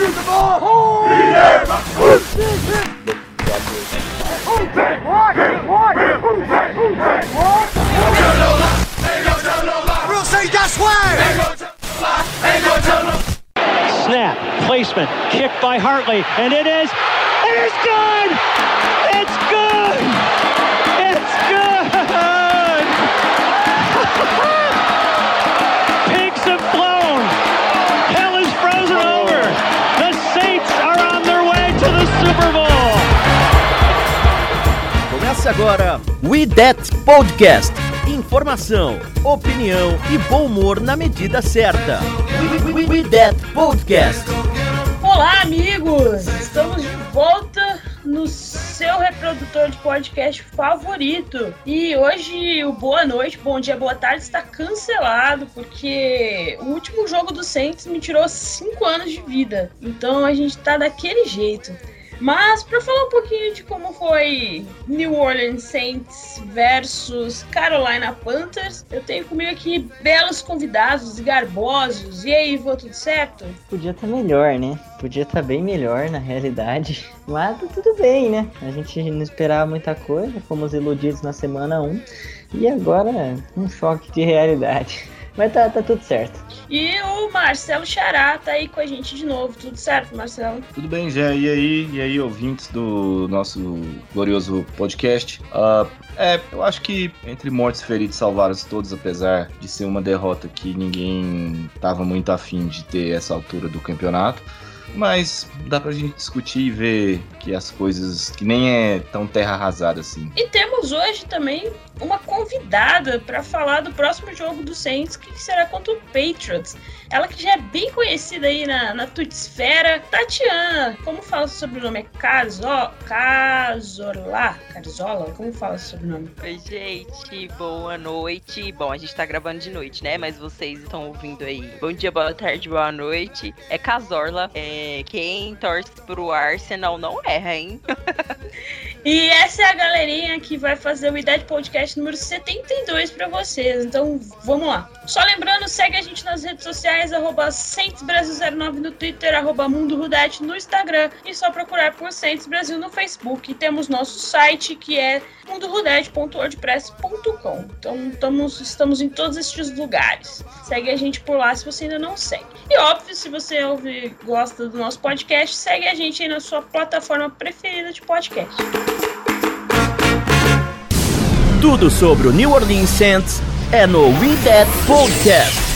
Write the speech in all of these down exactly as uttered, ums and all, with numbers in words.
Shoot the ball. Hold. We'll say that's why. Snap, placement, kick by Hartley, and it is, it is good! It's good! It's good! Pigs have flown! Hell is frozen over! The Saints are on their way to the Super Bowl! Começa agora We That Podcast. Informação, opinião e bom humor na medida certa. We, we, we That Podcast. Olá, amigos! Estamos de volta no seu reprodutor de podcast favorito. E hoje o boa noite, bom dia, boa tarde está cancelado porque o último jogo do Saints me tirou cinco anos de vida. Então a gente tá daquele jeito. Mas para falar um pouquinho de como foi New Orleans Saints versus Carolina Panthers, eu tenho comigo aqui belos convidados e garbosos. E aí, Ivo, tudo certo? Podia estar melhor, né? Podia estar bem melhor na realidade, mas tá tudo bem, né? A gente não esperava muita coisa, fomos iludidos na semana um e agora um choque de realidade. Mas tá, tá tudo certo. E o Marcelo Xará tá aí com a gente de novo. Tudo certo, Marcelo? Tudo bem, Zé. E aí, e aí, ouvintes do nosso glorioso podcast? Uh, é, eu acho que entre mortos e feridos salvaram-se todos, apesar de ser uma derrota que ninguém tava muito afim de ter essa altura do campeonato. Mas dá pra gente discutir e ver que as coisas, que nem é tão terra arrasada assim. E temos hoje também uma convidada para falar do próximo jogo do Saints, que será contra o Patriots. Ela que já é bem conhecida aí na, na Twitchsfera, Tatiana. Como fala o sobrenome? É Caso... Casorla? Carzola? Como fala o sobrenome? Oi, gente. Boa noite. Bom, a gente tá gravando de noite, né? Mas vocês estão ouvindo aí. Bom dia, boa tarde, boa noite. É Casorla. É... Quem torce pro Arsenal não erra, hein? E essa é a galerinha que vai fazer o Idade Podcast número setenta e dois pra vocês. Então, vamos lá. Só lembrando, segue a gente nas redes sociais, arroba Saints Brasil zero nove no Twitter, arroba Mundo Rudete no Instagram e só procurar por Saints Brasil no Facebook. E temos nosso site, que é mundo rudete ponto wordpress ponto com. Então, estamos, estamos em todos estes lugares. Segue a gente por lá se você ainda não segue. E óbvio, se você ouve, gosta do nosso podcast, segue a gente aí na sua plataforma preferida de podcast. Tudo sobre o New Orleans Saints é no We That Podcast.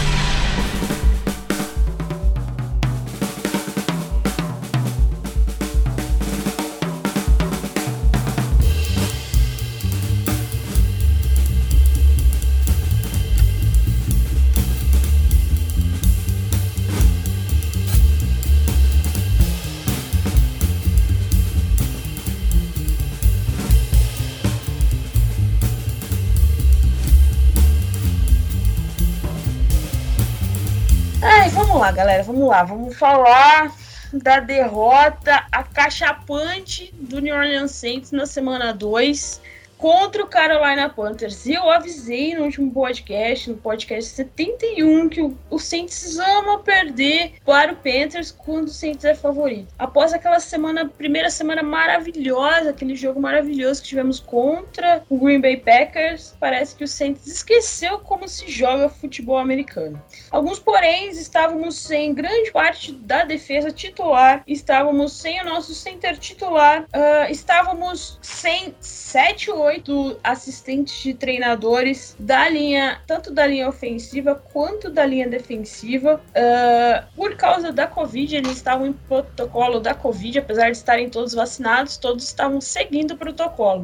Vamos lá, galera, vamos lá, vamos falar da derrota acachapante do New Orleans Saints na semana dois contra o Carolina Panthers. E eu avisei no último podcast, no podcast setenta e um, que o, o Saints ama perder para o Panthers quando o Saints é favorito. Após aquela semana, primeira semana maravilhosa, aquele jogo maravilhoso que tivemos contra o Green Bay Packers, parece que o Saints esqueceu como se joga futebol americano. Alguns porém, estávamos sem grande parte da defesa titular, estávamos sem o nosso center titular, uh, estávamos sem sete ou oito assistentes de treinadores da linha, tanto da linha ofensiva quanto da linha defensiva. Uh, por causa da Covid, eles estavam em protocolo da Covid, apesar de estarem todos vacinados, todos estavam seguindo o protocolo.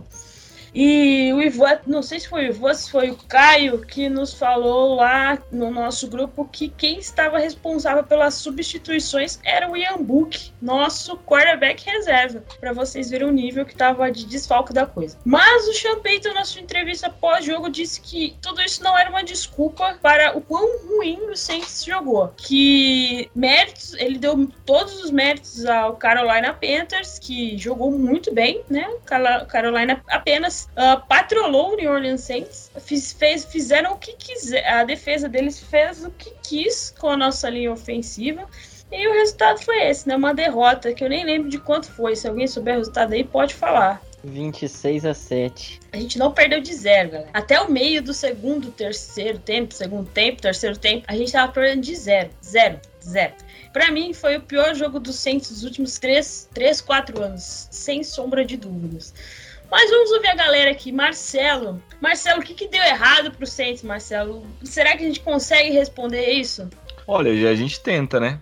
E o Ivo, não sei se foi o Ivo, se foi o Caio, que nos falou lá no nosso grupo que quem estava responsável pelas substituições era o Ian Book, nosso quarterback reserva, para vocês verem o nível que estava de desfalque da coisa. Mas o Sean Payton, na sua entrevista pós-jogo, disse que tudo isso não era uma desculpa para o quão ruim o Saints jogou, que méritos, ele deu todos os méritos ao Carolina Panthers, que jogou muito bem, né? Carolina apenas Uh, patrolou o New Orleans Saints, fiz, fez, fizeram o que quiser, a defesa deles fez o que quis com a nossa linha ofensiva. E o resultado foi esse, né? Uma derrota que eu nem lembro de quanto foi. Se alguém souber o resultado aí, pode falar. vinte e seis a sete. A gente não perdeu de zero, galera. Até o meio do segundo, terceiro tempo, segundo tempo, terceiro tempo, a gente tava perdendo de zero. Zero. Zero. Pra mim, foi o pior jogo do Saints dos últimos três, quatro anos. Sem sombra de dúvidas. Mas vamos ouvir a galera aqui. Marcelo. Marcelo, o que, que deu errado pro Saints, Marcelo? Será que a gente consegue responder isso? Olha, a gente tenta, né?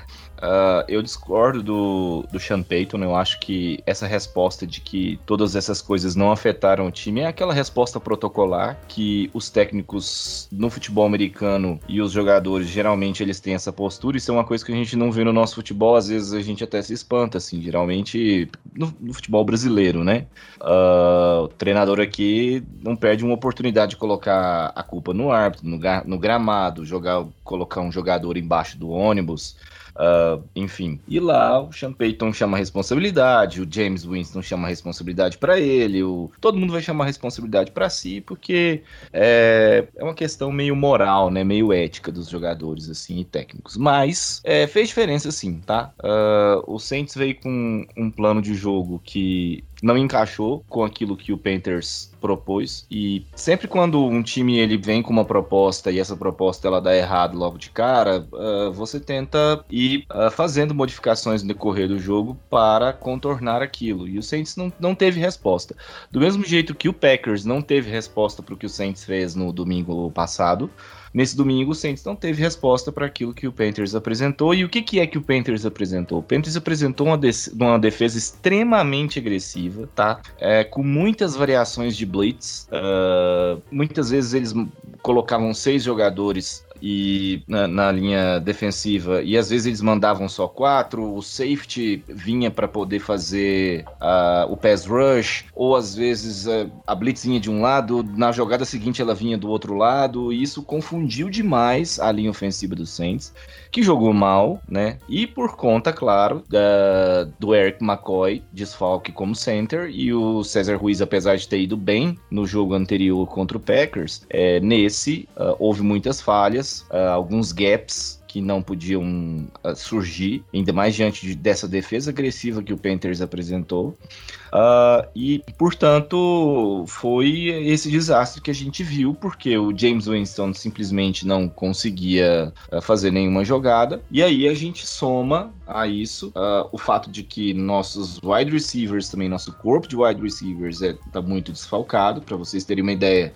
Uh, eu discordo do, do Sean Payton. Eu acho que essa resposta de que todas essas coisas não afetaram o time é aquela resposta protocolar que os técnicos no futebol americano e os jogadores, geralmente, eles têm essa postura. Isso é uma coisa que a gente não vê no nosso futebol. Às vezes a gente até se espanta, assim, geralmente no, no futebol brasileiro, né? Uh, o treinador aqui não perde uma oportunidade de colocar a culpa no árbitro, no, no gramado, jogar, colocar um jogador embaixo do ônibus. Uh, enfim, e lá o Sean Payton chama a responsabilidade, o James Winston chama a responsabilidade pra ele, o... todo mundo vai chamar a responsabilidade pra si, porque é, é uma questão meio moral, né, meio ética dos jogadores, assim, e técnicos, mas é, fez diferença sim, tá? Uh, o Saints veio com um plano de jogo que não encaixou com aquilo que o Panthers propôs, e sempre quando um time ele vem com uma proposta e essa proposta ela dá errado logo de cara, uh, você tenta ir uh, fazendo modificações no decorrer do jogo para contornar aquilo, e o Saints não, não teve resposta. Do mesmo jeito que o Packers não teve resposta para o que o Saints fez no domingo passado, nesse domingo o Saints não teve resposta para aquilo que o Panthers apresentou. E o que, que é que o Panthers apresentou? O Panthers apresentou uma, de- uma defesa extremamente agressiva, tá? É, com muitas variações de blitz. Uh, muitas vezes eles colocavam seis jogadores e na, na linha defensiva, e às vezes eles mandavam só quatro, o safety vinha para poder fazer uh, o pass rush, ou às vezes uh, a blitz vinha de um lado, na jogada seguinte ela vinha do outro lado, e isso confundiu demais a linha ofensiva do Saints, que jogou mal, né, e por conta, claro, da, do Eric McCoy, desfalque como center, e o César Ruiz, apesar de ter ido bem no jogo anterior contra o Packers, é, nesse uh, houve muitas falhas, Uh, alguns gaps que não podiam uh, surgir, ainda mais diante de, dessa defesa agressiva que o Panthers apresentou, uh, e, portanto, foi esse desastre que a gente viu, porque o James Winston simplesmente não conseguia uh, fazer nenhuma jogada, e aí a gente soma a isso uh, o fato de que nossos wide receivers, também nosso corpo de wide receivers está é, muito desfalcado. Para vocês terem uma ideia,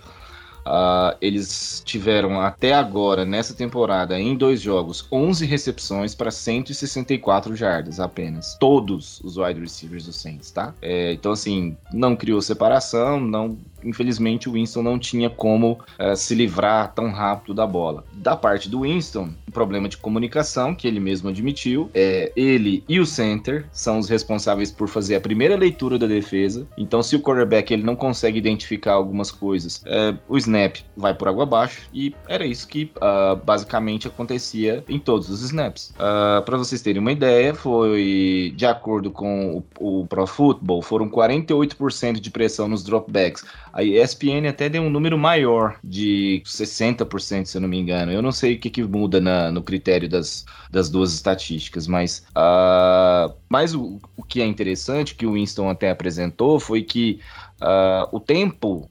Uh, eles tiveram até agora, nessa temporada, em dois jogos, onze recepções para cento e sessenta e quatro jardas apenas. Todos os wide receivers do Saints, tá? É, então, assim, não criou separação, não... Infelizmente o Winston não tinha como uh, se livrar tão rápido da bola. Da parte do Winston, um problema de comunicação, que ele mesmo admitiu. É, ele e o center são os responsáveis por fazer a primeira leitura da defesa. Então, se o quarterback ele não consegue identificar algumas coisas, é, o snap vai por água abaixo. E era isso que uh, basicamente acontecia em todos os snaps. Uh, para vocês terem uma ideia, foi, de acordo com o, o Pro Football, foram quarenta e oito por cento de pressão nos dropbacks. A E S P N até deu um número maior, de sessenta por cento, se eu não me engano. Eu não sei o que, que muda na, no critério das, das duas estatísticas, mas, uh, mas o, o que é interessante, que o Winston até apresentou, foi que uh, o tempo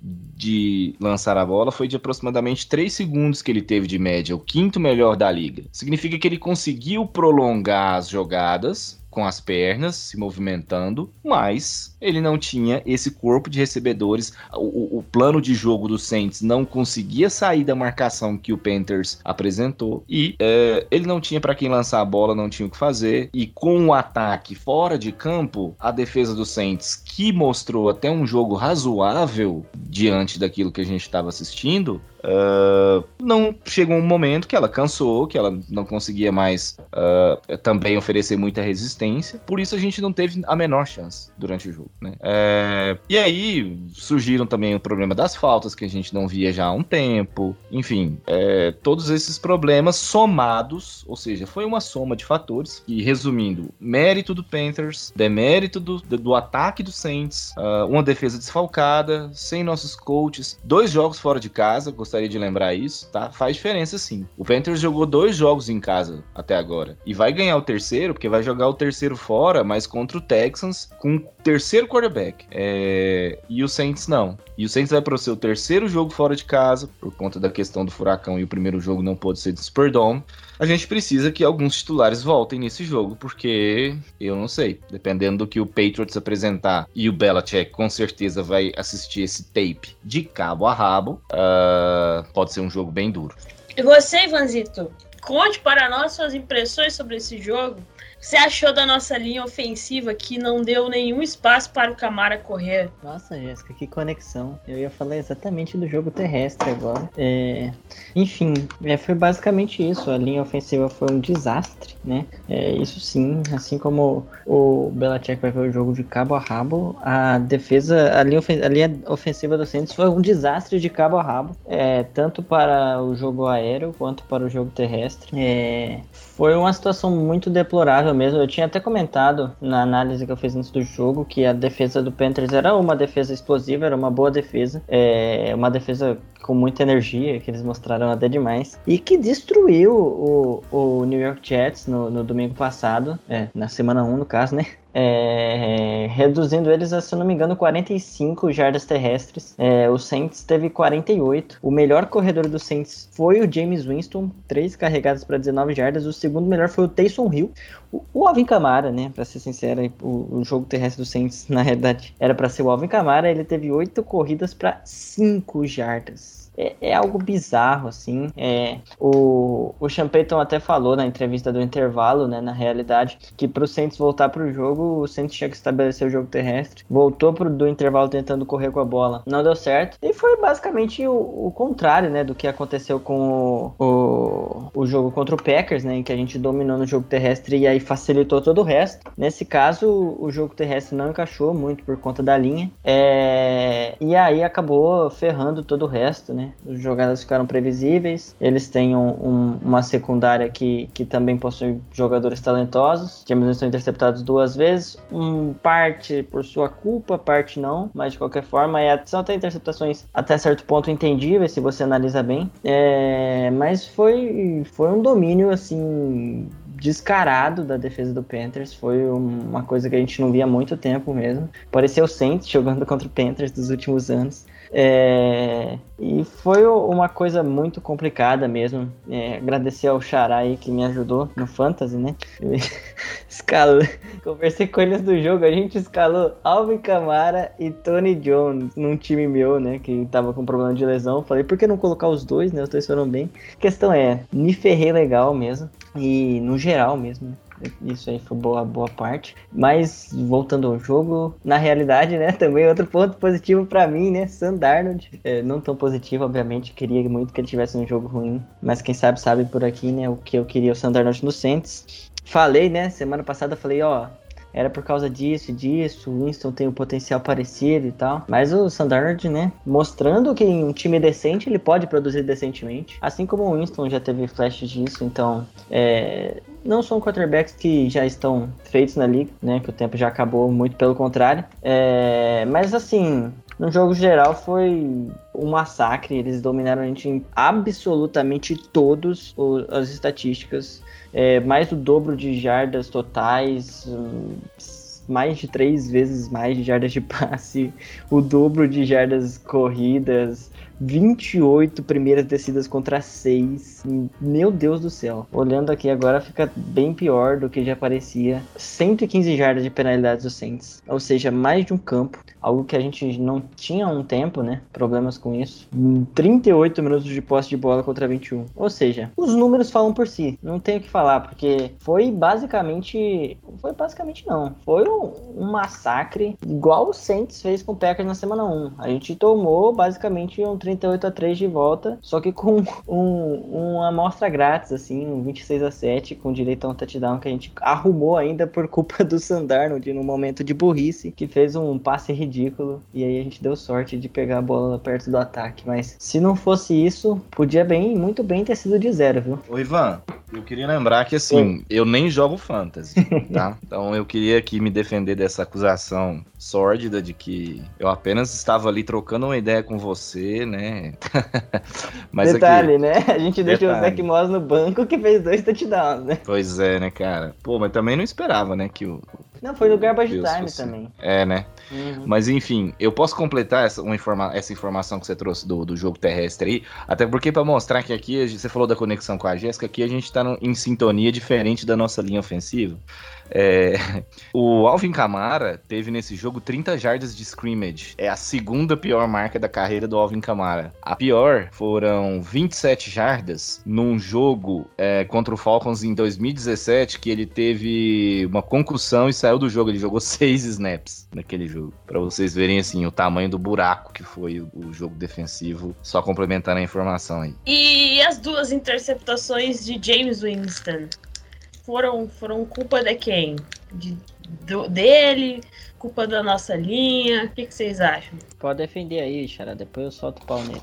de lançar a bola foi de aproximadamente três segundos que ele teve de média, o quinto melhor da liga. Significa que ele conseguiu prolongar as jogadas com as pernas, se movimentando, mas ele não tinha esse corpo de recebedores. O, o plano de jogo do Saints não conseguia sair da marcação que o Panthers apresentou, e é, ele não tinha para quem lançar a bola, não tinha o que fazer, e com o ataque fora de campo, a defesa do Saints, que mostrou até um jogo razoável diante daquilo que a gente estava assistindo, Uh, não chegou um momento que ela cansou, que ela não conseguia mais uh, também oferecer muita resistência, por isso a gente não teve a menor chance durante o jogo, né? É, e aí surgiram também o problema das faltas, que a gente não via já há um tempo, enfim, é, todos esses problemas somados, ou seja, foi uma soma de fatores, e resumindo, mérito do Panthers, demérito do, do, do ataque do Saints, uh, uma defesa desfalcada, sem nossos coaches, dois jogos fora de casa. gostaria de lembrar isso, tá? Faz diferença sim. O Panthers jogou dois jogos em casa até agora. E vai ganhar o terceiro, porque vai jogar o terceiro fora, mas contra o Texans com o terceiro quarterback. É... E o Saints não. E o Saints vai para o seu terceiro jogo fora de casa, por conta da questão do furacão e o primeiro jogo não pôde ser do Superdome. A gente precisa que alguns titulares voltem nesse jogo, porque eu não sei. Dependendo do que o Patriots apresentar, e o Belichick com certeza vai assistir esse tape de cabo a rabo, uh, pode ser um jogo bem duro. E você, Ivanzito, conte para nós suas impressões sobre esse jogo. O que você achou da nossa linha ofensiva que não deu nenhum espaço para o Kamara correr? Nossa, Jéssica, que conexão. Eu ia falar exatamente do jogo terrestre agora. É... Enfim, é, foi basicamente isso. A linha ofensiva foi um desastre, né? É, isso sim, assim como o Belichick vai ver o jogo de cabo a rabo, a defesa, a linha, ofen- a linha ofensiva do Saints foi um desastre de cabo a rabo, é, tanto para o jogo aéreo quanto para o jogo terrestre. É... Foi uma situação muito deplorável mesmo. Eu tinha até comentado na análise que eu fiz antes do jogo que a defesa do Panthers era uma defesa explosiva, era uma boa defesa, é uma defesa com muita energia, que eles mostraram até demais, e que destruiu o, o New York Jets no, no domingo passado, é, na semana um no caso, né? É, reduzindo eles a, se eu não me engano, quarenta e cinco jardas terrestres. É, o Saints teve quarenta e oito. O melhor corredor do Saints foi o James Winston, três carregadas para dezenove jardas. O segundo melhor foi o Taysom Hill. O, o Alvin Kamara, né, para ser sincero, o, o jogo terrestre do Saints, na realidade, era para ser o Alvin Kamara. Ele teve oito corridas para cinco jardas. É, é algo bizarro, assim. É, o, o Sean Payton até falou na entrevista do intervalo, né, na realidade, que pro Saints voltar pro jogo, o Saints tinha que estabelecer o jogo terrestre. Voltou pro, do intervalo tentando correr com a bola. Não deu certo. E foi basicamente o, o contrário, né, do que aconteceu com o, o, o jogo contra o Packers, né, em que a gente dominou no jogo terrestre e aí facilitou todo o resto. Nesse caso, o jogo terrestre não encaixou muito por conta da linha. É, e aí acabou ferrando todo o resto, né. As jogadas ficaram previsíveis. Eles têm um, um, uma secundária que, que também possui jogadores talentosos. James Winston interceptados duas vezes, um, parte por sua culpa, parte não, mas de qualquer forma é, são até interceptações até certo ponto entendíveis se você analisa bem. É, mas foi, foi um domínio assim descarado da defesa do Panthers. Foi uma coisa que a gente não via há muito tempo mesmo. Parecia o Saints jogando contra o Panthers dos últimos anos. É, e foi uma coisa muito complicada mesmo. É, agradecer ao Xará aí que me ajudou no Fantasy, né? Escalou, conversei com eles do jogo. A gente escalou Alvin Kamara e Tony Jones num time meu, né? Que tava com problema de lesão. Falei, por que não colocar os dois, né? Os dois foram bem. A questão é, me ferrei legal mesmo. E no geral mesmo, né? Isso aí foi boa, boa parte. Mas, voltando ao jogo, na realidade, né, também outro ponto positivo pra mim, né, Sam Darnold. É, não tão positivo, obviamente, queria muito que ele tivesse um jogo ruim. Mas quem sabe, sabe por aqui, né, o que eu queria o Sam Darnold no Saints. Falei, né, semana passada, falei, ó... Era por causa disso e disso, o Winston tem um potencial parecido e tal. Mas o Sam Darnold, né, mostrando que em um time decente ele pode produzir decentemente. Assim como o Winston já teve flashes disso, então... É, não são quarterbacks que já estão feitos na liga, né, que o tempo já acabou, muito pelo contrário. É, mas assim... No jogo geral foi um massacre, eles dominaram a gente em absolutamente todas as estatísticas, é, mais do dobro de jardas totais, mais de três vezes mais de jardas de passe, o dobro de jardas corridas, vinte e oito primeiras descidas contra seis. Meu Deus do céu. Olhando aqui agora fica bem pior do que já parecia. cento e quinze jardas de penalidades do Saints. Ou seja, mais de um campo. Algo que a gente não tinha há um tempo, né? Problemas com isso. trinta e oito minutos de posse de bola contra vinte e um. Ou seja, os números falam por si. Não tenho o que falar, porque foi basicamente... Foi basicamente não. Foi um, um massacre igual o Saints fez com o Packers na semana um. A gente tomou basicamente um trinta e oito a três de volta, só que com um, uma amostra grátis, assim, um vinte e seis a sete, com direito a um touchdown que a gente arrumou ainda por culpa do Sam Darnold, num momento de burrice, que fez um passe ridículo, e aí a gente deu sorte de pegar a bola perto do ataque. Mas se não fosse isso, podia bem, muito bem ter sido de zero, viu? Ô Ivan, Eu queria lembrar que, assim, eu nem jogo fantasy, tá? Então eu queria aqui me defender dessa acusação sórdida de que eu apenas estava ali trocando uma ideia com você, né? Mas detalhe, aqui, né? A gente deixou detalhe. o Zach Moss no banco que fez dois touchdowns, né? Pois é, né, cara? Pô, mas também não esperava, né, que o... Não, foi no Garbage Deus Time fosse... também. É, né? Uhum. Mas enfim, eu posso completar essa, uma informa- essa informação que você trouxe do, do jogo terrestre aí, até porque pra mostrar que aqui, você falou da conexão com a Jéssica, aqui a gente tá no, em sintonia diferente da nossa linha ofensiva. É, o Alvin Kamara teve nesse jogo trinta jardas de scrimmage. É a segunda pior marca da carreira do Alvin Kamara. A pior foram vinte e sete jardas num jogo é, contra o Falcons em dois mil e dezessete, que ele teve uma concussão e saiu do jogo. Ele jogou seis snaps naquele jogo. Pra vocês verem assim o tamanho do buraco que foi o, o jogo defensivo. Só complementando a informação aí. E as duas interceptações de James Winston? Foram, foram culpa de quem? De, do, dele? Culpa da nossa linha? O que, que vocês acham? Pode defender aí, Xará. Depois eu solto o pau nele.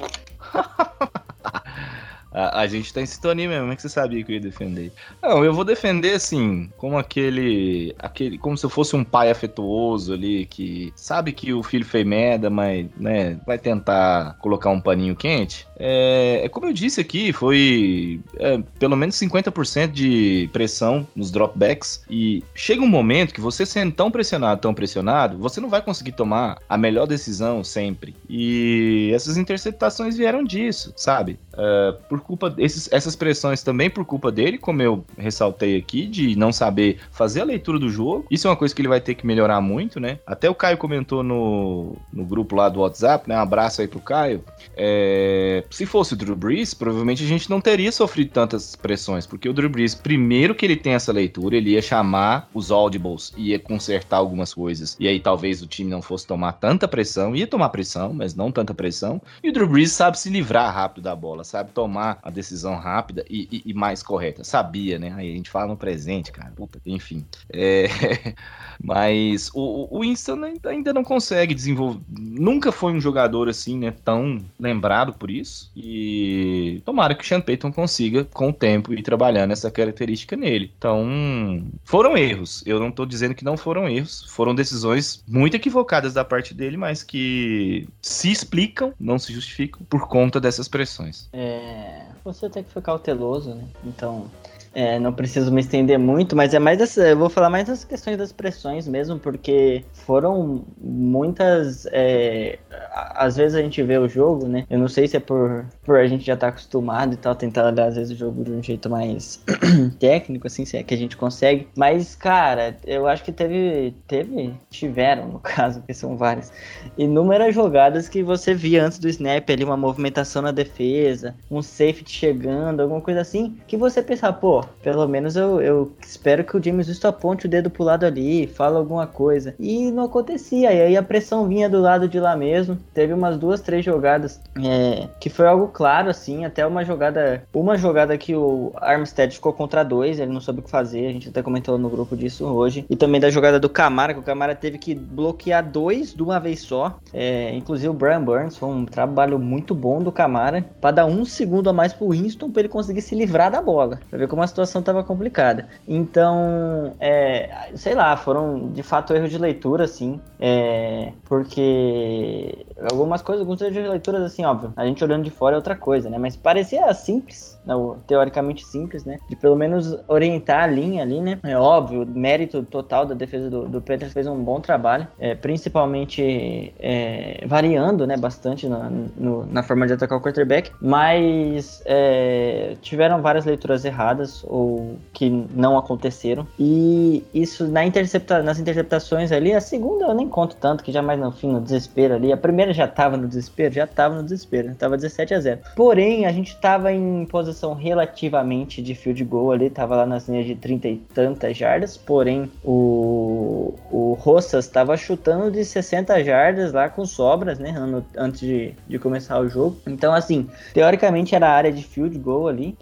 A, a gente tá em sintonia mesmo, como é que você sabia que eu ia defender? Não, eu vou defender assim, como aquele, aquele, como se eu fosse um pai afetuoso ali, que sabe que o filho fez merda, mas, né, vai tentar colocar um paninho quente. É, é como eu disse aqui, foi é, pelo menos cinquenta por cento de pressão nos dropbacks, e chega um momento que você sendo tão pressionado, tão pressionado, você não vai conseguir tomar a melhor decisão sempre. E essas interceptações vieram disso, sabe? Uh, por culpa desses, essas pressões também por culpa dele, como eu ressaltei aqui, de não saber fazer a leitura do jogo. Isso é uma coisa que ele vai ter que melhorar muito, né? Até o Caio comentou no, no grupo lá do WhatsApp, né? Um abraço aí pro Caio. É, se fosse o Drew Brees, provavelmente a gente não teria sofrido tantas pressões, porque o Drew Brees, primeiro que ele tem essa leitura, ele ia chamar os audibles, ia consertar algumas coisas, e aí talvez o time não fosse tomar tanta pressão, ia tomar pressão, mas não tanta pressão, e o Drew Brees sabe se livrar rápido da bola, sabe tomar a decisão rápida e, e, e mais correta. Sabia, né? Aí a gente fala no presente, cara. Puta, enfim. É... Mas o, o Winston ainda não consegue desenvolver. Nunca foi um jogador assim, né? Tão lembrado por isso. E tomara que o Sean Payton consiga, com o tempo, ir trabalhando essa característica nele. Então, foram erros. Eu não tô dizendo que não foram erros. Foram decisões muito equivocadas da parte dele, mas que se explicam, não se justificam, por conta dessas pressões. É, você tem que ficar cauteloso, né? Então, é, não preciso me estender muito, mas é mais dessa, eu vou falar mais das questões das pressões mesmo, porque foram muitas, é, às vezes a gente vê o jogo, né? Eu não sei se é por, por a gente já estar tá acostumado e tal, tentar olhar às vezes o jogo de um jeito mais técnico, assim, se é que a gente consegue, mas, cara, eu acho que teve, teve, tiveram, no caso, que são várias, inúmeras jogadas que você via antes do snap ali, uma movimentação na defesa, um safety chegando, alguma coisa assim, que você pensava, pô, pelo menos eu, eu espero que o James Winston aponte o dedo pro lado ali, fala alguma coisa. E não acontecia, e aí a pressão vinha do lado de lá mesmo. Teve umas duas, três jogadas é, que foi algo claro, assim, até uma jogada, uma jogada que o Armstead ficou contra dois, ele não soube o que fazer, a gente até comentou no grupo disso hoje. E também da jogada do Kamara, que o Kamara teve que bloquear dois de uma vez só. É, inclusive o Brian Burns, foi um trabalho muito bom do Kamara, pra dar um segundo a mais pro Winston, pra ele conseguir se livrar da bola, pra ver como a situação estava complicada. Então, é, sei lá, foram de fato erros de leitura, assim, é, porque algumas coisas, alguns erros de leitura, assim, óbvio, a gente olhando de fora é outra coisa, né, mas parecia simples, não, teoricamente simples, né, de pelo menos orientar a linha ali, né, é óbvio, mérito total da defesa do, do Panthers, fez um bom trabalho, é, principalmente é, variando, né, bastante na, no, na forma de atacar o quarterback, mas é, tiveram várias leituras erradas, ou que não aconteceram, e isso na intercepta, nas interceptações ali, a segunda eu nem conto tanto, que já mais no fim, no desespero ali, a primeira já tava no desespero, já tava no desespero, tava dezessete a zero, porém a gente tava em posição relativamente de field goal ali, tava lá nas linhas de trinta e tantas jardas, porém o, o Rossas tava chutando de sessenta jardas lá com sobras, né, antes de, de começar o jogo, então assim, teoricamente era a área de field goal ali,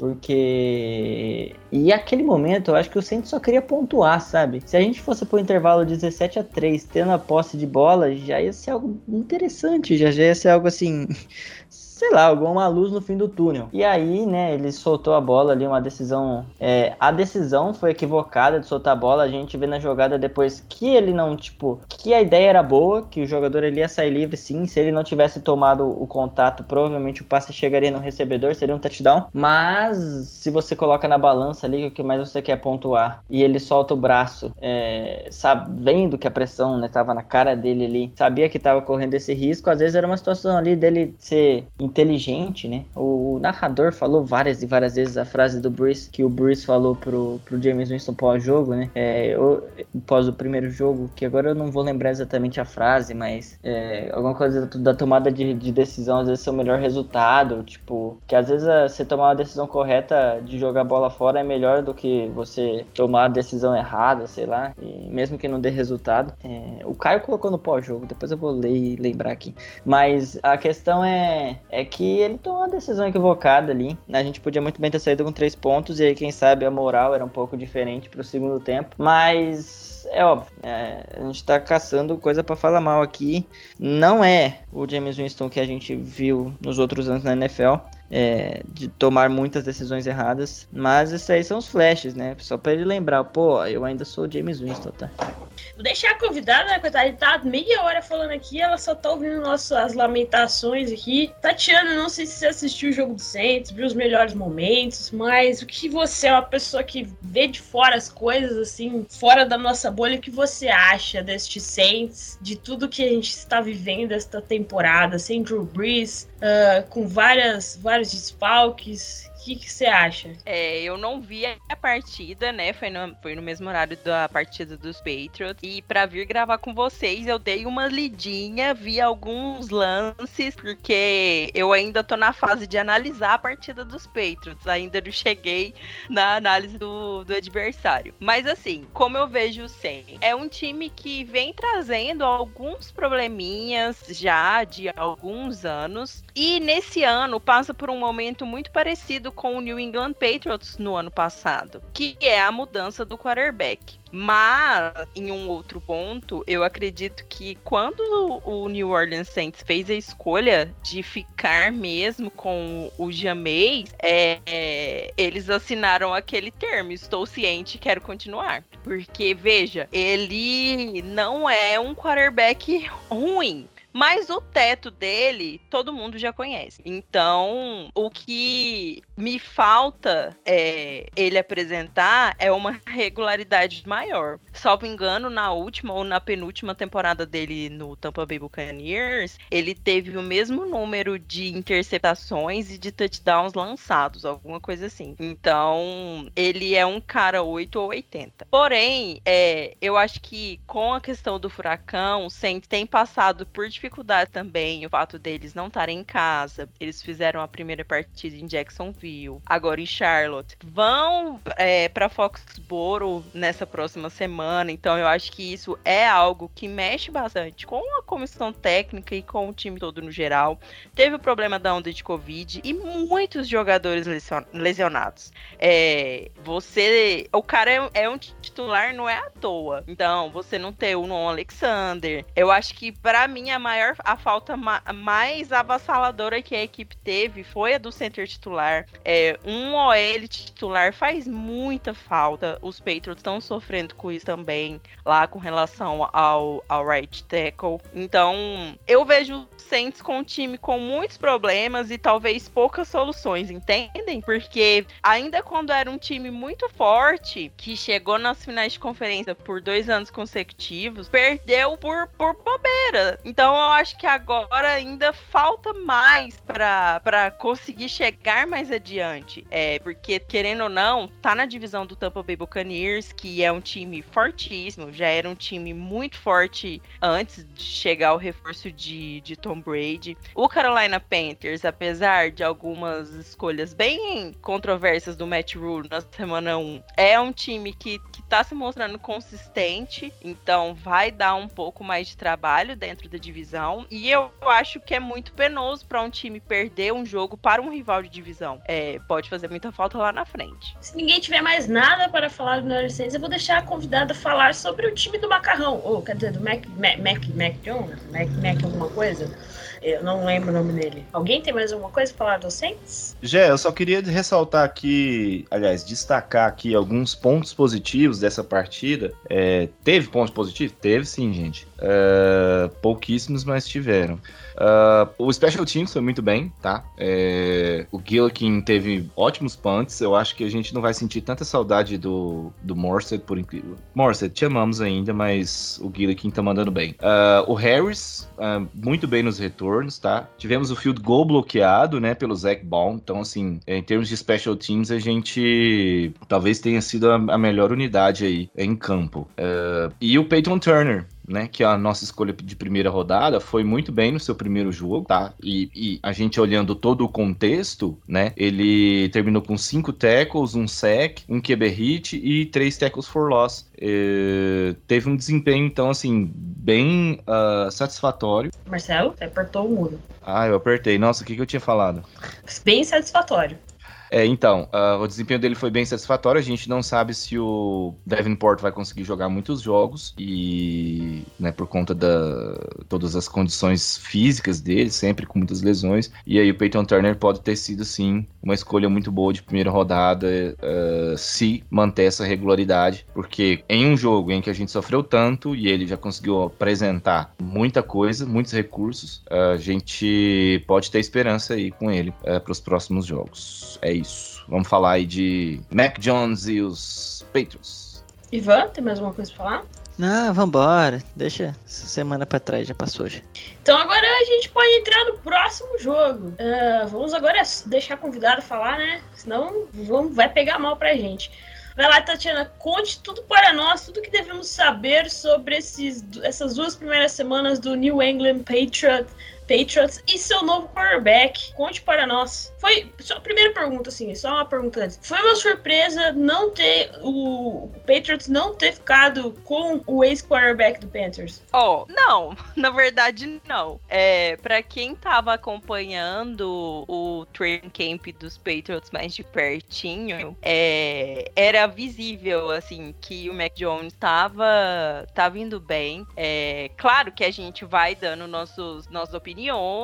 porque e aquele momento, eu acho que o Saints só queria pontuar, sabe? Se a gente fosse pro intervalo dezessete a três, tendo a posse de bola, já ia ser algo interessante, já, já ia ser algo assim, sei lá, alguma luz no fim do túnel. E aí, né, ele soltou a bola ali, uma decisão, é, a decisão foi equivocada de soltar a bola, a gente vê na jogada depois que ele não, tipo, que a ideia era boa, que o jogador ele ia sair livre sim, se ele não tivesse tomado o contato, provavelmente o passe chegaria no recebedor, seria um touchdown, mas se você coloca na balança ali, o que mais você quer pontuar, e ele solta o braço, é, sabendo que a pressão, né, tava na cara dele ali, sabia que tava correndo esse risco, às vezes era uma situação ali dele ser inteligente, né, o narrador falou várias e várias vezes a frase do Brees, que o Brees falou pro, pro Jameis Winston pós-jogo, né, é, pós o primeiro jogo, que agora eu não vou lembrar exatamente a frase, mas é, alguma coisa da tomada de, de decisão, às vezes ser o melhor resultado, tipo, que às vezes a, você tomar uma decisão correta de jogar a bola fora é melhor do que você tomar a decisão errada, sei lá, e mesmo que não dê resultado. É, o Caio colocou no pós-jogo, depois eu vou ler e lembrar aqui, mas a questão é, é que ele tomou uma decisão equivocada ali, a gente podia muito bem ter saído com três pontos, e aí quem sabe a moral era um pouco diferente pro segundo tempo, mas é óbvio, é, a gente tá caçando coisa pra falar mal aqui. Não é o Jameis Winston que a gente viu nos outros anos na N F L, é, de tomar muitas decisões erradas, mas esses aí são os flashes, né? Só pra ele lembrar, pô, eu ainda sou o Jameis Winston, tá? Vou deixar a convidada, né, coitada, ele tá meia hora falando aqui, ela só tá ouvindo nossas lamentações aqui. Tatiana, não sei se você assistiu o jogo do Saints, viu os melhores momentos, mas o que você é uma pessoa que vê de fora as coisas, assim, fora da nossa bolha, o que você acha deste Saints, de tudo que a gente está vivendo esta temporada, sem Drew Brees, uh, com várias, vários desfalques? O que você acha? É, eu não vi a partida, né? Foi no, foi no mesmo horário da partida dos Patriots. E pra vir gravar com vocês, eu dei uma lidinha, vi alguns lances, porque eu ainda tô na fase de analisar a partida dos Patriots. Ainda não cheguei na análise do, do adversário. Mas assim, como eu vejo o Saints, é um time que vem trazendo alguns probleminhas já de alguns anos. E nesse ano passa por um momento muito parecido com o New England Patriots no ano passado, que é a mudança do quarterback. Mas, em um outro ponto, eu acredito que quando o New Orleans Saints fez a escolha de ficar mesmo com o Jameis, é, é, eles assinaram aquele termo, estou ciente, quero continuar. Porque, veja, ele não é um quarterback ruim. Mas o teto dele, todo mundo já conhece. Então, o que me falta é, ele apresentar é uma regularidade maior. Salvo engano, na última ou na penúltima temporada dele no Tampa Bay Buccaneers, ele teve o mesmo número de interceptações e de touchdowns lançados, alguma coisa assim. Então, ele é um cara oito ou oitenta. Porém, é, eu acho que com a questão do furacão, o Saints tem passado por dificuldade também, o fato deles não estarem em casa. Eles fizeram a primeira partida em Jacksonville, agora em Charlotte. Vão é, para Foxborough nessa próxima semana, então eu acho que isso é algo que mexe bastante com a comissão técnica e com o time todo no geral. Teve o problema da onda de Covid e muitos jogadores lesionados. É, você, o cara é, é um titular, não é à toa. Então, você não ter o Noah Alexander, eu acho que para mim a maior a falta ma- mais avassaladora que a equipe teve foi a do center titular. É, um O L titular faz muita falta. Os Patriots estão sofrendo com isso também, lá com relação ao, ao right tackle. Então, eu vejo o Saints com um time com muitos problemas e talvez poucas soluções, entendem? Porque ainda quando era um time muito forte, que chegou nas finais de conferência por dois anos consecutivos, perdeu por, por bobeira. Então, eu acho que agora ainda falta mais pra, pra conseguir chegar mais adiante. É, porque, querendo ou não, tá na divisão do Tampa Bay Buccaneers, que é um time fortíssimo, já era um time muito forte antes de chegar o reforço de, de Tom Brady. O Carolina Panthers, apesar de algumas escolhas bem controversas do Matt Rule na semana um, é um time que, que tá se mostrando consistente, então vai dar um pouco mais de trabalho dentro da divisão. E eu acho que é muito penoso para um time perder um jogo para um rival de divisão. É, pode fazer muita falta lá na frente. Se ninguém tiver mais nada para falar do New Orleans Saints, eu vou deixar a convidada falar sobre o time do Macarrão. Ou, quer dizer, do Mac, Mac, Mac, Mac Jones, Mac, Mac alguma coisa. Eu não lembro o nome dele. Alguém tem mais alguma coisa pra falar dos Saints? Jé, eu só queria ressaltar aqui, aliás, destacar aqui alguns pontos positivos dessa partida. É, teve pontos positivos? Teve sim, gente. É, pouquíssimos, mas tiveram. Uh, o Special Teams foi muito bem, tá? É, o Gillikin teve ótimos punts. Eu acho que a gente não vai sentir tanta saudade do, do Morstead, por incrível. Morstead, te amamos ainda, mas o Gillikin tá mandando bem. Uh, o Harris, uh, muito bem nos retornos, tá? Tivemos o field goal bloqueado, né, pelo Zach Baum. Então, assim, em termos de Special Teams, a gente talvez tenha sido a, a melhor unidade aí em campo. Uh, e o Peyton Turner, né, que é a nossa escolha de primeira rodada, foi muito bem no seu primeiro jogo, tá? E, e a gente olhando todo o contexto, né, ele terminou com cinco tackles, um sack, um Q B hit e três tackles for loss. É, teve um desempenho, então, assim, bem uh, satisfatório. Marcelo, você apertou o muro. Ah, eu apertei. Nossa, o que, que eu tinha falado? Bem satisfatório. É, então, uh, o desempenho dele foi bem satisfatório. A gente não sabe se o Davenport vai conseguir jogar muitos jogos e, né, por conta da todas as condições físicas dele, sempre com muitas lesões. E aí o Peyton Turner pode ter sido, sim, uma escolha muito boa de primeira rodada, uh, se manter essa regularidade, porque em um jogo em que a gente sofreu tanto e ele já conseguiu apresentar muita coisa, muitos recursos, uh, a gente pode ter esperança aí com ele uh, para os próximos jogos. É isso. Vamos falar aí de Mac Jones e os Patriots. Ivan, tem mais alguma coisa pra falar? Não, vambora. Deixa essa semana pra trás, já passou já. Então agora a gente pode entrar no próximo jogo. Uh, vamos agora deixar a convidada falar, né? Senão vamos, vai pegar mal pra gente. Vai lá, Tatiana, conte tudo para nós, tudo que devemos saber sobre esses, essas duas primeiras semanas do New England Patriot, Patriots e seu novo quarterback. Conte para nós. Foi, só a primeira pergunta, assim, só uma pergunta antes. Foi uma surpresa não ter o, o Patriots não ter ficado com o ex-quarterback do Panthers? Oh, não, na verdade não. É, pra quem tava acompanhando o training camp dos Patriots mais de pertinho, é, era visível, assim, que o Mac Jones tava, tava indo bem. É, claro que a gente vai dando nossos, nossas opiniões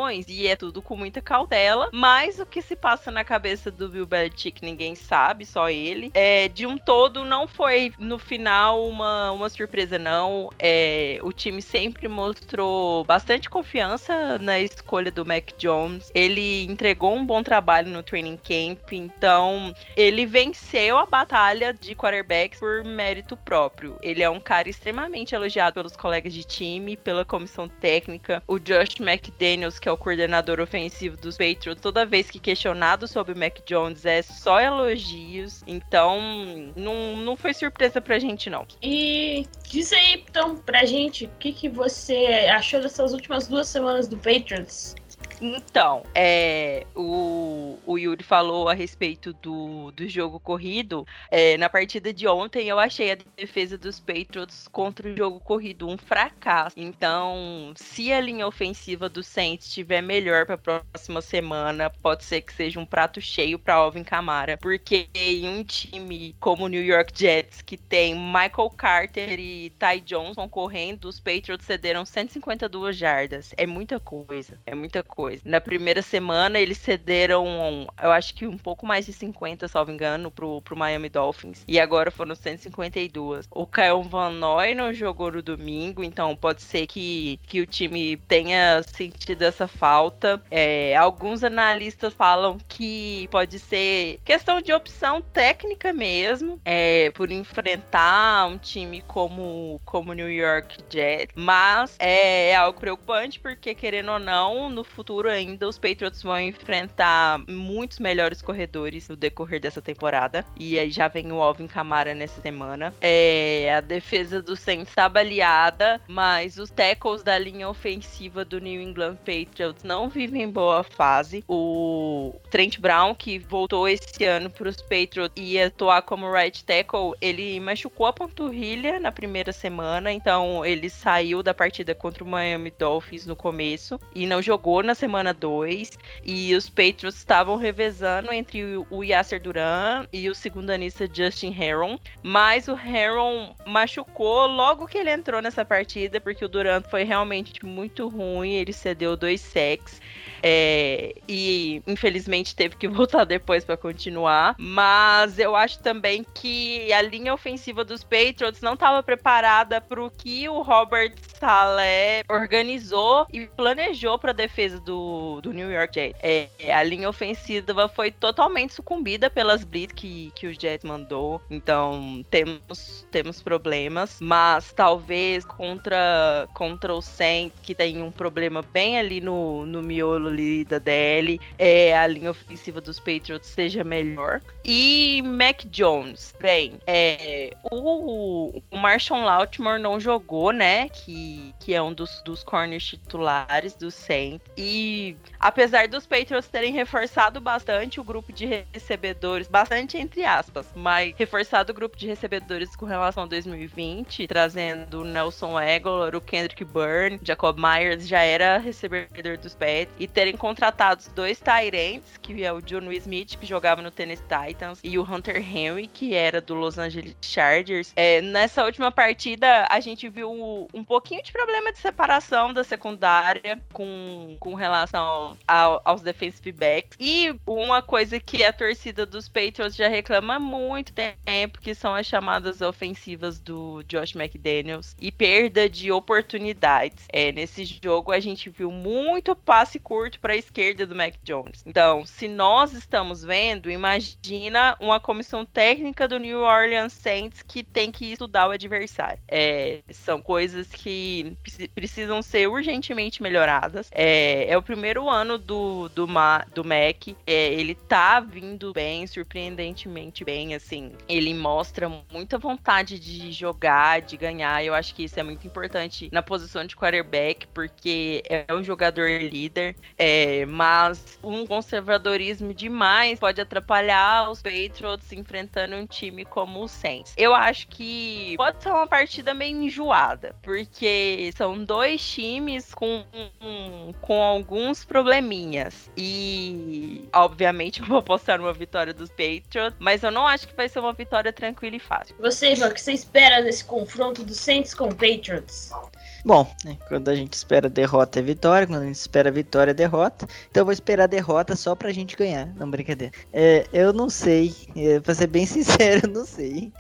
e é tudo com muita cautela, mas o que se passa na cabeça do Bill Belichick ninguém sabe, só ele. É, de um todo, não foi no final uma, uma surpresa, não. É, o time sempre mostrou bastante confiança na escolha do Mac Jones. Ele entregou um bom trabalho no training camp, então ele venceu a batalha de quarterbacks por mérito próprio. Ele é um cara extremamente elogiado pelos colegas de time, pela comissão técnica. O Josh McDaniels, que é o coordenador ofensivo dos Patriots, toda vez que questionado sobre o Mac Jones é só elogios, então não, não foi surpresa pra gente, não. E diz aí, então, pra gente, o que, que você achou dessas últimas duas semanas do Patriots? Então, é, o, o Yuri falou a respeito do, do jogo corrido. É, na partida de ontem, eu achei a defesa dos Patriots contra o jogo corrido um fracasso. Então, se a linha ofensiva do Saints estiver melhor para a próxima semana, pode ser que seja um prato cheio para Alvin Kamara. Porque em um time como o New York Jets, que tem Michael Carter e Ty Johnson correndo, os Patriots cederam cento e cinquenta e duas jardas. É muita coisa, é muita coisa. Na primeira semana, eles cederam, eu acho que um pouco mais de cinquenta, salvo engano, pro, pro Miami Dolphins. E agora foram cento e cinquenta e dois. O Kyle Van Noy não jogou no domingo, então pode ser que, que o time tenha sentido essa falta. É, alguns analistas falam que pode ser questão de opção técnica mesmo, é, por enfrentar um time como o New York Jets. Mas é, é algo preocupante, porque querendo ou não, no futuro ainda os Patriots vão enfrentar muitos melhores corredores no decorrer dessa temporada, e aí já vem o Alvin Kamara nessa semana. É, a defesa do Saints está baleada, mas os tackles da linha ofensiva do New England Patriots não vivem boa fase. O Trent Brown, que voltou esse ano para os Patriots e ia atuar como right tackle, ele machucou a panturrilha na primeira semana, então ele saiu da partida contra o Miami Dolphins no começo e não jogou na semana semana dois e os Patriots estavam revezando entre o Yasser Duran e o segundanista Justin Herron, mas o Herron machucou logo que ele entrou nessa partida, porque o Duran foi realmente muito ruim, ele cedeu dois sacks. É, e infelizmente teve que voltar depois para continuar, mas eu acho também que a linha ofensiva dos Patriots não estava preparada para o que o Robert Saleh organizou e planejou para a defesa do, do New York Jets. É, a linha ofensiva foi totalmente sucumbida pelas blitz que, que o Jets mandou, então temos, temos problemas, mas talvez contra, contra o Saints, que tem um problema bem ali no, no miolo ali da D L, é, a linha ofensiva dos Patriots seja melhor. E Mac Jones, bem, é, o, o Marshawn Lattimore não jogou, né, que, que é um dos, dos corners titulares do Saints, e apesar dos Patriots terem reforçado bastante o grupo de recebedores, bastante entre aspas, mas reforçado o grupo de recebedores com relação a dois mil e vinte, trazendo o Nelson Aguilar, o Kendrick Bourne, Jacob Myers já era recebedor dos Pets, e terem contratado dois tight ends, que é o John Smith, que jogava no Tennessee Titans, e o Hunter Henry, que era do Los Angeles Chargers. É, nessa última partida, a gente viu um pouquinho de problema de separação da secundária com, com relação ao, aos defensive backs. E uma coisa que a torcida dos Patriots já reclama há muito tempo, que são as chamadas ofensivas do Josh McDaniels e perda de oportunidades. É, nesse jogo, a gente viu muito passe curto para a esquerda do Mac Jones. Então, se nós estamos vendo, imagina uma comissão técnica do New Orleans Saints que tem que estudar o adversário. É, são coisas que precisam ser urgentemente melhoradas. É, é o primeiro ano do, do, Ma, do Mac. É, ele tá vindo bem, surpreendentemente bem, assim. Ele mostra muita vontade de jogar, de ganhar. Eu acho que isso é muito importante na posição de quarterback, porque é um jogador líder. É, mas um conservadorismo demais pode atrapalhar os Patriots enfrentando um time como o Saints. Eu acho que pode ser uma partida meio enjoada, porque são dois times com, um, com alguns probleminhas. E, obviamente, eu vou apostar numa vitória dos Patriots, mas eu não acho que vai ser uma vitória tranquila e fácil. Você, Ivan, o que você espera desse confronto do Saints com o Patriots? Bom, né, quando a gente espera derrota é vitória, quando a gente espera vitória é derrota, então eu vou esperar derrota só pra gente ganhar, não, brincadeira. É, eu não sei, é, pra ser bem sincero, eu não sei,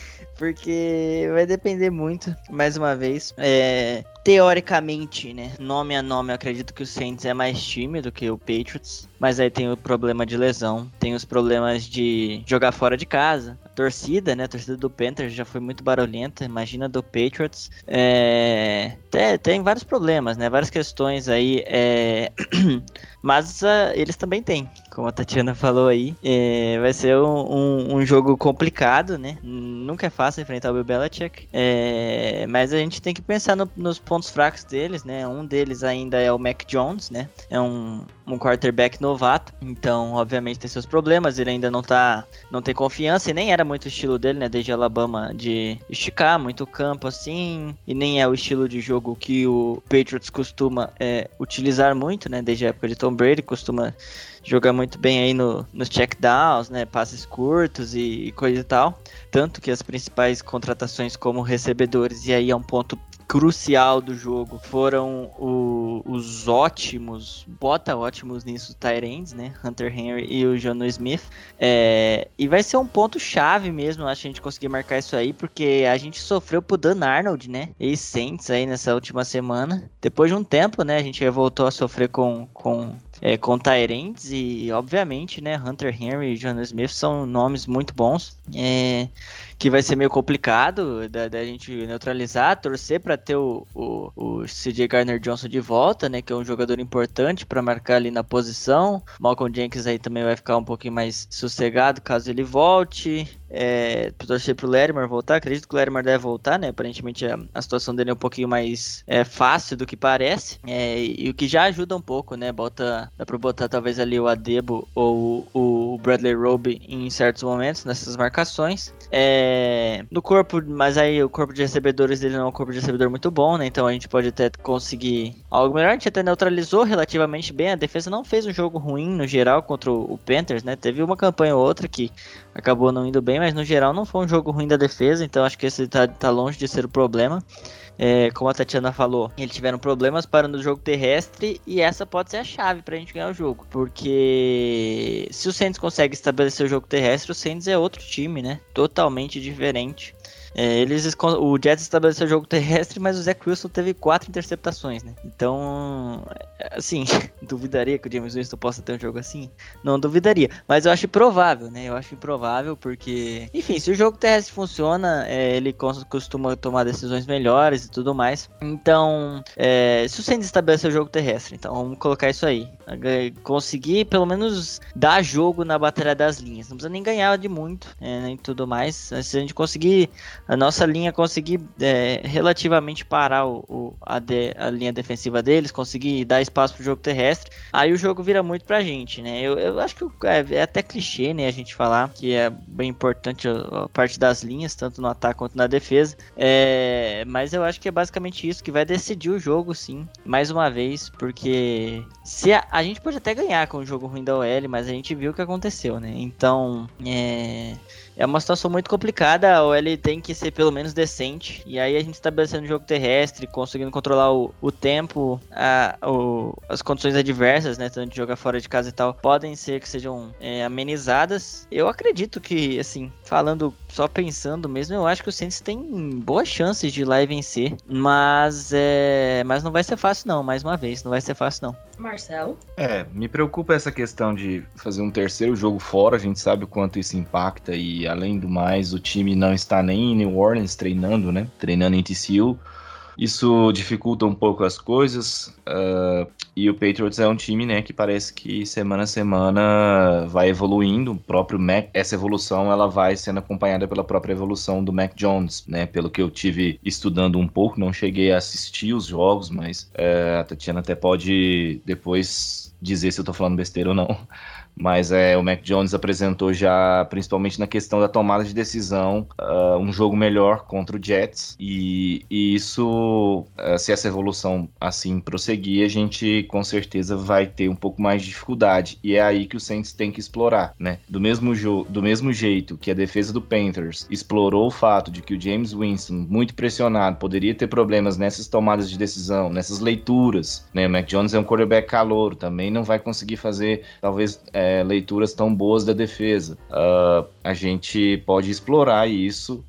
porque vai depender muito, mais uma vez, é, teoricamente, né, nome a nome, eu acredito que o Saints é mais time do que o Patriots, mas aí tem o problema de lesão, tem os problemas de jogar fora de casa, a torcida, né, a torcida do Panthers já foi muito barulhenta, imagina do Patriots, é, tem, tem vários problemas, né, várias questões aí, é, mas uh, eles também têm, como a Tatiana falou aí, é, vai ser um, um, um jogo complicado, né, nunca é fácil enfrentar o Bill Belichick, é, mas a gente tem que pensar no, nos pontos fracos deles, né, um deles ainda é o Mac Jones, né, é um, um quarterback novato, então obviamente tem seus problemas, ele ainda não tá, não tem confiança e nem era muito o estilo dele, né, desde Alabama, de esticar muito campo assim, e nem é o estilo de jogo que o Patriots costuma é, utilizar muito, né, desde a época de Tom Brady, costuma jogar muito bem aí no, nos checkdowns, né, passes curtos e, e coisa e tal, tanto que as principais contratações como recebedores, e aí é um ponto crucial do jogo, foram o, os ótimos, bota ótimos nisso, tight ends, né, Hunter Henry e o Jonnu Smith, é, e vai ser um ponto chave mesmo, acho que a gente conseguir marcar isso aí, porque a gente sofreu pro Dan Arnold, né, ex-Saints aí nessa última semana, depois de um tempo, né, a gente voltou a sofrer com, com É, com Tyrants e, obviamente, né, Hunter Henry e Jonnu Smith são nomes muito bons, é, que vai ser meio complicado da, da gente neutralizar, torcer para ter o, o, o C J Gardner-Johnson de volta, né, que é um jogador importante para marcar ali na posição. Malcolm Jenkins aí também vai ficar um pouquinho mais sossegado caso ele volte. É, torcer pro Latimer voltar, acredito que o Latimer deve voltar, né, aparentemente a, a situação dele é um pouquinho mais é, fácil do que parece, é, e o que já ajuda um pouco, né, bota, dá pra botar talvez ali o Adebo ou o Bradley Roby em certos momentos nessas marcações, é, É, no corpo, mas aí o corpo de recebedores dele não é um corpo de recebedor muito bom, né? Então a gente pode até conseguir algo melhor. A gente até neutralizou relativamente bem. A defesa não fez um jogo ruim no geral contra o Panthers, né? Teve uma campanha ou outra que acabou não indo bem, mas no geral não foi um jogo ruim da defesa. Então acho que esse tá, tá longe de ser o problema. É, como a Tatiana falou, eles tiveram problemas parando o jogo terrestre e essa pode ser a chave pra gente ganhar o jogo, porque se o Saints consegue estabelecer o jogo terrestre, o Saints é outro time, né? Totalmente diferente. É, eles, o Jets estabeleceu o jogo terrestre, mas o Zach Wilson teve quatro interceptações, né? Então, assim, duvidaria que o James Winston possa ter um jogo assim? Não duvidaria, mas eu acho improvável, né? Eu acho improvável porque, enfim, se o jogo terrestre funciona, é, ele costuma tomar decisões melhores e tudo mais. Então, é, se o Saints estabelecer o jogo terrestre, então vamos colocar isso aí. Conseguir pelo menos dar jogo na batalha das linhas. Não precisa nem ganhar de muito, é, nem tudo mais. Se a gente conseguir a nossa linha conseguir é, relativamente parar o, o, a, de, a linha defensiva deles, conseguir dar espaço pro jogo terrestre, aí o jogo vira muito pra gente, né? Eu, eu acho que é, é até clichê, né, a gente falar que é bem importante a, a parte das linhas, tanto no ataque quanto na defesa, é, mas eu acho que é basicamente isso que vai decidir o jogo, sim, mais uma vez, porque se a, a gente pode até ganhar com o jogo ruim da O L, mas a gente viu o que aconteceu, né? Então, é... É uma situação muito complicada, a O L tem que ser pelo menos decente, e aí a gente estabelecendo o jogo terrestre, conseguindo controlar o, o tempo, a, o, as condições adversas, né, tanto de jogar fora de casa e tal, podem ser que sejam é, amenizadas. Eu acredito que, assim, falando, só pensando mesmo, eu acho que o Saints tem boas chances de ir lá e vencer, mas, é, mas não vai ser fácil não, mais uma vez, não vai ser fácil não. Marcelo? É, me preocupa essa questão de fazer um terceiro jogo fora, a gente sabe o quanto isso impacta e além do mais o time não está nem em New Orleans treinando, né, treinando em T C U, isso dificulta um pouco as coisas, uh, e o Patriots é um time, né, que parece que semana a semana vai evoluindo, o próprio Mac, essa evolução ela vai sendo acompanhada pela própria evolução do Mac Jones, né, pelo que eu tive estudando um pouco, não cheguei a assistir os jogos, mas uh, a Tatiana até pode depois dizer se eu tô falando besteira ou não. Mas é, o Mac Jones apresentou já, principalmente na questão da tomada de decisão, uh, um jogo melhor contra o Jets. E, e isso, uh, se essa evolução assim prosseguir, a gente com certeza vai ter um pouco mais de dificuldade. E é aí que o Saints tem que explorar, né? Do mesmo, jo- do mesmo jeito que a defesa do Panthers explorou o fato de que o James Winston, muito pressionado, poderia ter problemas nessas tomadas de decisão, nessas leituras, né? O Mac Jones é um quarterback calouro, também não vai conseguir fazer, talvez... É, leituras tão boas da defesa. Uh, a gente pode explorar isso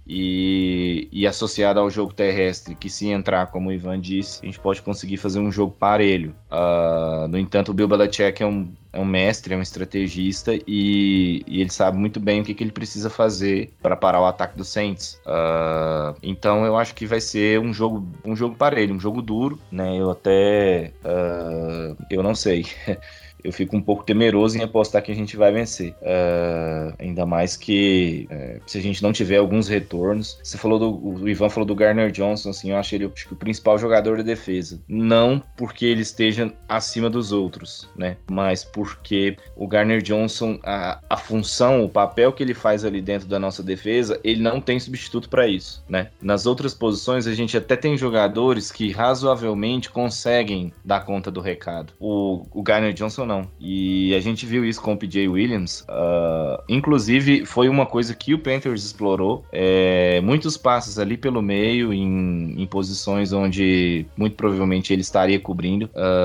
e, e associado ao jogo terrestre, que se entrar, como o Ivan disse, a gente pode conseguir fazer um jogo parelho. Uh, no entanto, o Bill Belichick é um, é um mestre, é um estrategista e, e ele sabe muito bem o que, que ele precisa fazer para parar o ataque do Saints. Uh, então eu acho que vai ser um jogo, um jogo parelho, um jogo duro, né? Eu até... Uh, eu não sei... Eu fico um pouco temeroso em apostar que a gente vai vencer. Uh, ainda mais que uh, se a gente não tiver alguns retornos. Você falou do. O Ivan falou do Gardner Johnson, assim, eu acho ele acho que o principal jogador da defesa. Não porque ele esteja acima dos outros, né? Mas porque o Gardner Johnson, a, a função, o papel que ele faz ali dentro da nossa defesa, ele não tem substituto para isso, né? Nas outras posições, a gente até tem jogadores que razoavelmente conseguem dar conta do recado. O, o Gardner Johnson não. E a gente viu isso com o P J Williams. Uh, inclusive, foi uma coisa que o Panthers explorou. É, muitos passes ali pelo meio, em, em posições onde muito provavelmente ele estaria cobrindo.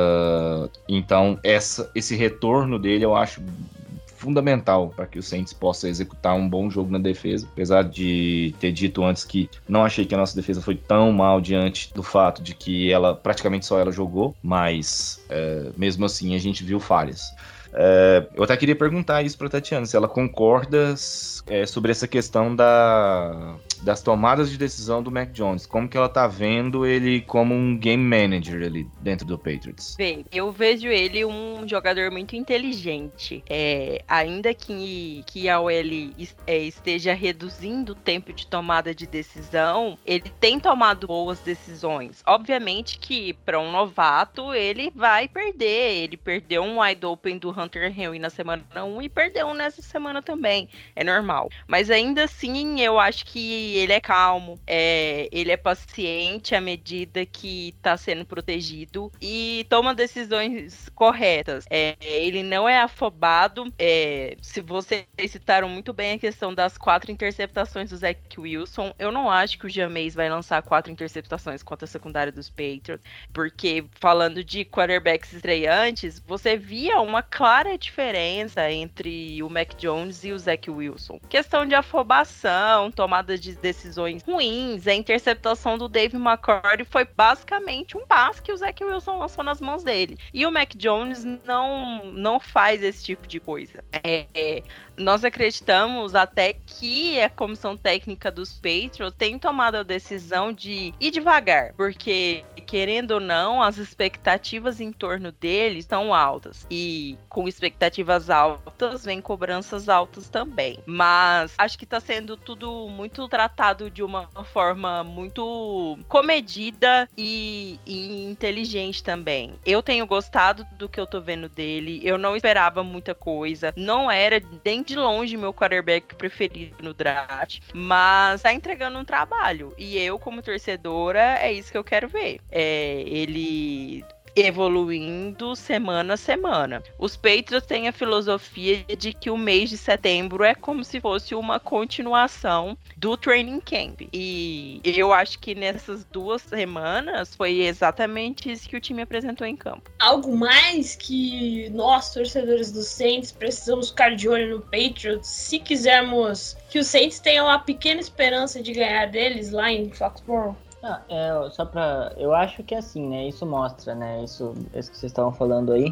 Uh, então, essa, esse retorno dele eu acho fundamental para que o Saints possa executar um bom jogo na defesa, apesar de ter dito antes que não achei que a nossa defesa foi tão mal diante do fato de que ela, praticamente só ela jogou, mas é, mesmo assim a gente viu falhas. É, eu até queria perguntar isso para a Tatiana, se ela concorda é, sobre essa questão da, das tomadas de decisão do Mac Jones, como que ela tá vendo ele como um game manager ali dentro do Patriots? Bem, eu vejo ele um jogador muito inteligente, é, ainda que, que a O L é, esteja reduzindo o tempo de tomada de decisão, ele tem tomado boas decisões. Obviamente que para um novato ele vai perder, ele perdeu um wide open do Hunter Henry na semana um e perdeu nessa semana também. É normal. Mas ainda assim, eu acho que ele é calmo, é, ele é paciente à medida que tá sendo protegido e toma decisões corretas. É, ele não é afobado. É, se vocês citaram muito bem a questão das quatro interceptações do Zach Wilson, eu não acho que o Jameis vai lançar quatro interceptações contra a secundária dos Patriots, porque falando de quarterbacks estreantes, você via uma clara diferença entre o Mac Jones e o Zach Wilson. Questão de afobação, tomada de decisões ruins, a interceptação do Dave McCourty foi basicamente um passe que o Zach Wilson lançou nas mãos dele. E o Mac Jones não, não faz esse tipo de coisa. É, é, nós acreditamos até que a comissão técnica dos Patriots tem tomado a decisão de ir devagar, porque, querendo ou não, as expectativas em torno dele são altas. E com expectativas altas, vem cobranças altas também. Mas acho que tá sendo tudo muito tratado de uma forma muito comedida e, e inteligente também. Eu tenho gostado do que eu tô vendo dele. Eu não esperava muita coisa. Não era nem de longe meu quarterback preferido no draft, mas tá entregando um trabalho. E eu, como torcedora, é isso que eu quero ver. É, ele evoluindo semana a semana. Os Patriots têm a filosofia de que o mês de setembro é como se fosse uma continuação do training camp. E eu acho que nessas duas semanas foi exatamente isso que o time apresentou em campo. Algo mais que nós, torcedores do Saints, precisamos ficar de olho no Patriots, se quisermos que os Saints tenham a pequena esperança de ganhar deles lá em Foxborough? Ah, é, só pra... Eu acho que é assim, né? Isso mostra, né? Isso, isso que vocês estavam falando aí.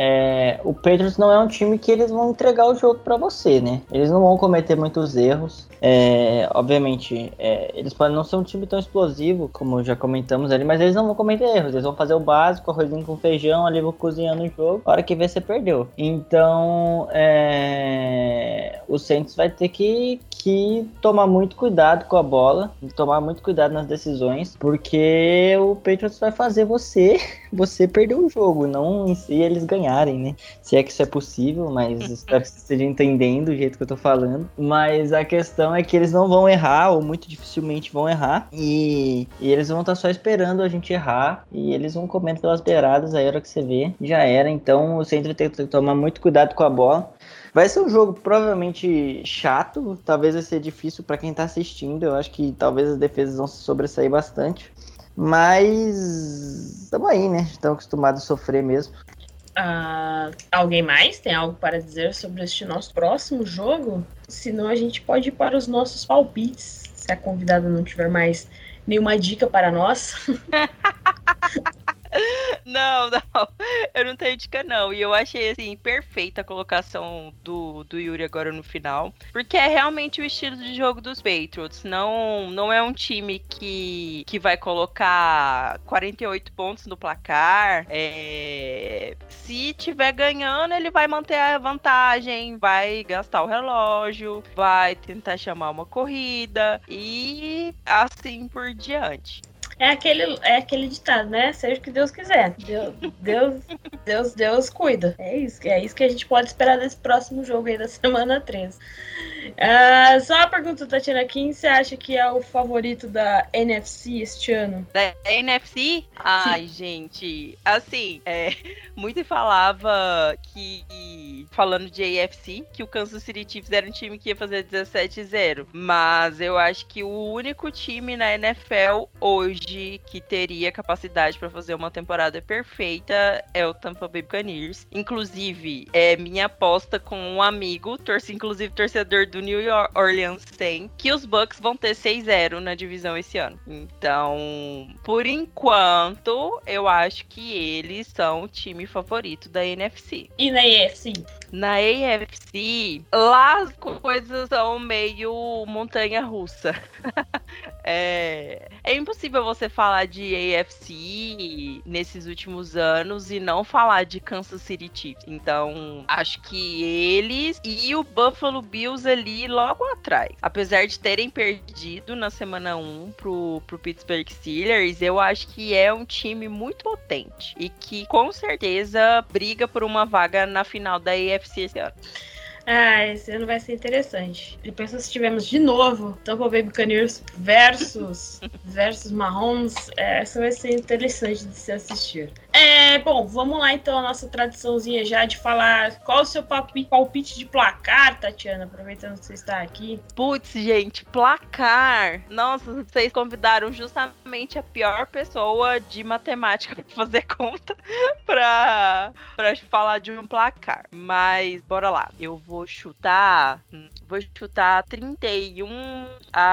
É, o Patriots não é um time que eles vão entregar o jogo pra você, né? Eles não vão cometer muitos erros. É, obviamente, é, eles podem não ser um time tão explosivo, como já comentamos ali, mas eles não vão cometer erros. Eles vão fazer o básico, arrozinho com feijão, ali vão cozinhando o jogo. A hora que vê, você perdeu. Então, é, o Saints vai ter que, que tomar muito cuidado com a bola, tomar muito cuidado nas decisões, porque o Patriots vai fazer você, você perder o jogo, não em si eles ganharem, né? Se é que isso é possível, mas espero que você esteja entendendo o jeito que eu tô falando. Mas a questão é que eles não vão errar, ou muito dificilmente vão errar, e, e eles vão estar só esperando a gente errar, e eles vão comendo pelas beiradas, aí a hora que você vê, já era. Então o Saints vai ter que tomar muito cuidado com a bola. Vai ser um jogo provavelmente chato, talvez vai ser difícil para quem tá assistindo, eu acho que talvez as defesas vão se sobressair bastante, mas estamos aí, né? Estamos acostumados a sofrer mesmo. Uh, alguém mais tem algo para dizer sobre este nosso próximo jogo? Senão a gente pode ir para os nossos palpites, se a convidada não tiver mais nenhuma dica para nós. Não, não, eu não tenho dica não, e eu achei assim, perfeita a colocação do, do Yuri agora no final, porque é realmente o estilo de jogo dos Patriots, não, não é um time que, que vai colocar quarenta e oito pontos no placar, é, se tiver ganhando ele vai manter a vantagem, vai gastar o relógio, vai tentar chamar uma corrida e assim por diante. É aquele, é aquele ditado, né? Seja o que Deus quiser. Deus, Deus, Deus, Deus cuida. É isso, é isso que a gente pode esperar desse próximo jogo aí da semana treze. Uh, só uma pergunta, Tatiana, quem você acha que é o favorito da N F C este ano? Da N F C? Ai, Sim. gente, assim, é, muito falava que, falando de A F C, que o Kansas City Chiefs era um time que ia fazer dezessete a zero, mas eu acho que o único time na N F L hoje que teria capacidade para fazer uma temporada perfeita é o Tampa Bay Buccaneers. Inclusive, é minha aposta com um amigo, torce, inclusive torcedor do New Orleans Saints, que os Bucks vão ter seis a zero na divisão esse ano. Então, por enquanto, eu acho que eles são o time favorito da N F C. E na A F C? Na A F C, lá as coisas são meio montanha-russa. é, é impossível você falar de A F C nesses últimos anos e não falar de Kansas City Chiefs. Então, acho que eles e o Buffalo Bills ali logo atrás. Apesar de terem perdido na semana um pro, pro Pittsburgh Steelers, eu acho que é um time muito potente e que com certeza briga por uma vaga na final da A F C esse ano. Ah, esse ano vai ser interessante. Depois nós tivemos de novo Tampa Bay Buccaneers versus, versus Mahomes. É, essa vai ser interessante de se assistir. É, bom, vamos lá então, a nossa tradiçãozinha já de falar qual o seu palpite, palpite de placar, Tatiana, aproveitando que você está aqui. Putz, gente, placar. Nossa, vocês convidaram justamente a pior pessoa de matemática para fazer conta pra, pra falar de um placar. Mas, bora lá. Eu vou chutar, vou chutar trinta e um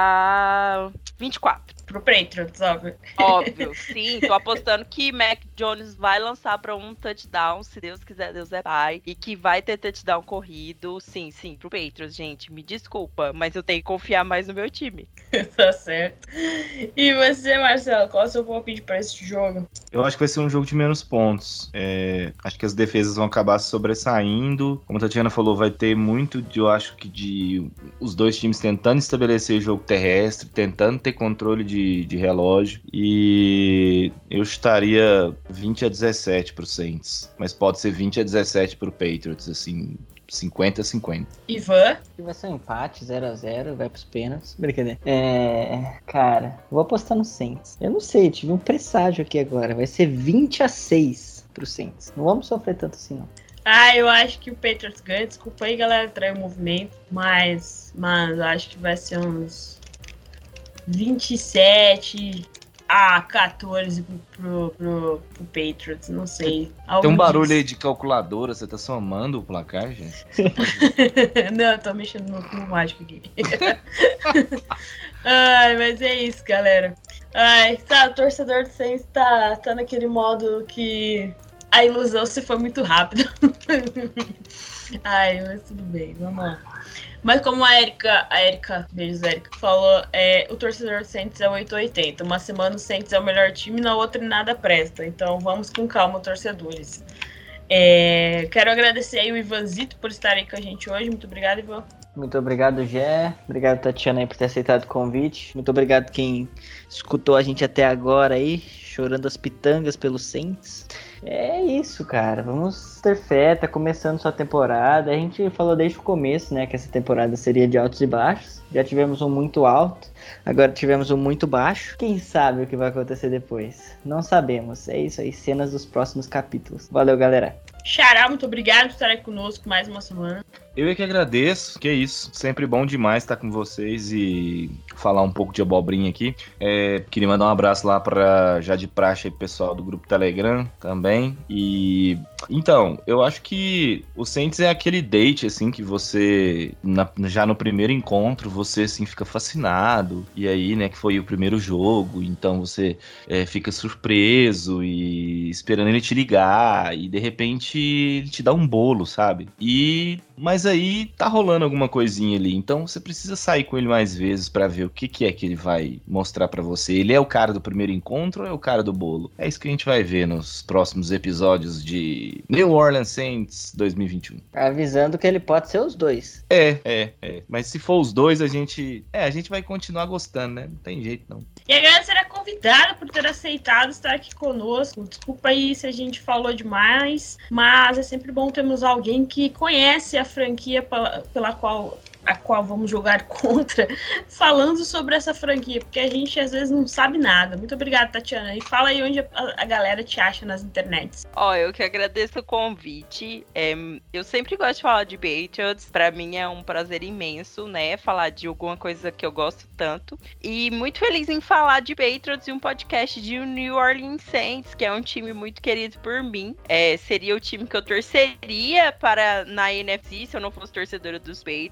a vinte e quatro. Pro Patriots, óbvio. Óbvio, sim. Tô apostando que Mac Jones vai lançar pra um touchdown, se Deus quiser, Deus é pai. E que vai ter touchdown corrido. Sim, sim, pro Patriots, gente. Me desculpa, mas eu tenho que confiar mais no meu time. Tá certo. E você, Marcelo, qual é o seu palpite pra esse jogo? Eu acho que vai ser um jogo de menos pontos. É, acho que as defesas vão acabar se sobressaindo. Como a Tatiana falou, vai ter muito, de, eu acho que de os dois times tentando estabelecer jogo terrestre, tentando ter controle de De, de relógio, e eu estaria vinte a dezessete pro Saints, mas pode ser vinte a dezessete pro Patriots, assim, cinquenta a cinquenta. Ivan? Vai ser um empate, zero a zero, vai pros pênaltis. Brincadeira. É. Cara, vou apostar no Saints. Eu não sei, tive um presságio aqui agora. Vai ser vinte a seis pro Saints. Não vamos sofrer tanto assim, não. Ah, eu acho que o Patriots ganha. Desculpa aí, galera, trair o movimento. Mas, mas eu acho que vai ser uns vinte e sete a quatorze pro, pro, pro, pro Patriots, não sei. Tem um barulho aí de calculadora, você tá somando o placar, gente? Não, eu tô mexendo no, no mágico aqui. Ai, mas é isso, galera. Ai, tá, o torcedor do Saints tá, tá naquele modo que a ilusão se foi muito rápido. Ai, mas tudo bem, vamos lá. Mas como a Erika, a Erika, beijos, Erika, falou, é, o torcedor do Saints é oito ou oitenta. Uma semana o Saints é o melhor time, na outra nada presta. Então vamos com calma, torcedores. É, quero agradecer aí o Ivanzito por estar aí com a gente hoje. Muito obrigado, Ivan. Muito obrigado, Gé. Obrigado, Tatiana, aí, por ter aceitado o convite. Muito obrigado quem escutou a gente até agora aí, chorando as pitangas pelo Saints. É isso, cara. Vamos ter fé, tá começando sua temporada. A gente falou desde o começo, né, que essa temporada seria de altos e baixos. Já tivemos um muito alto, agora tivemos um muito baixo. Quem sabe o que vai acontecer depois? Não sabemos. É isso aí, cenas dos próximos capítulos. Valeu, galera. Xará, muito obrigado por estar aí conosco mais uma semana. Eu é que agradeço, que é isso. Sempre bom demais estar com vocês e falar um pouco de abobrinha aqui. É, queria mandar um abraço lá para já de praxe aí, pessoal do grupo Telegram também. E então, eu acho que o Saints é aquele date assim que você na, já no primeiro encontro você assim fica fascinado. E aí, né, que foi o primeiro jogo, então você é, fica surpreso e esperando ele te ligar e de repente ele te dá um bolo, sabe? E mas aí tá rolando alguma coisinha ali, então você precisa sair com ele mais vezes pra ver o que, que é que ele vai mostrar pra você. Ele é o cara do primeiro encontro ou é o cara do bolo? É isso que a gente vai ver nos próximos episódios de New Orleans Saints dois mil e vinte e um. Avisando que ele pode ser os dois. É, é, é. Mas se for os dois, a gente... É, a gente vai continuar gostando, né? Não tem jeito, não. E agradecer a convidada por ter aceitado estar aqui conosco. Desculpa aí se a gente falou demais, mas é sempre bom termos alguém que conhece a franquia pela, pela qual, a qual vamos jogar contra, falando sobre essa franquia, porque a gente às vezes não sabe nada. Muito obrigada, Tatiana. E fala aí onde a, a galera te acha nas internets. Ó, oh, eu que agradeço o convite. É, eu sempre gosto de falar de Patriots. Pra mim é um prazer imenso, né? Falar de alguma coisa que eu gosto tanto. E muito feliz em falar de Patriots e um podcast de New Orleans Saints, que é um time muito querido por mim. É, seria o time que eu torceria para na N F C se eu não fosse torcedora dos Patriots. Gosto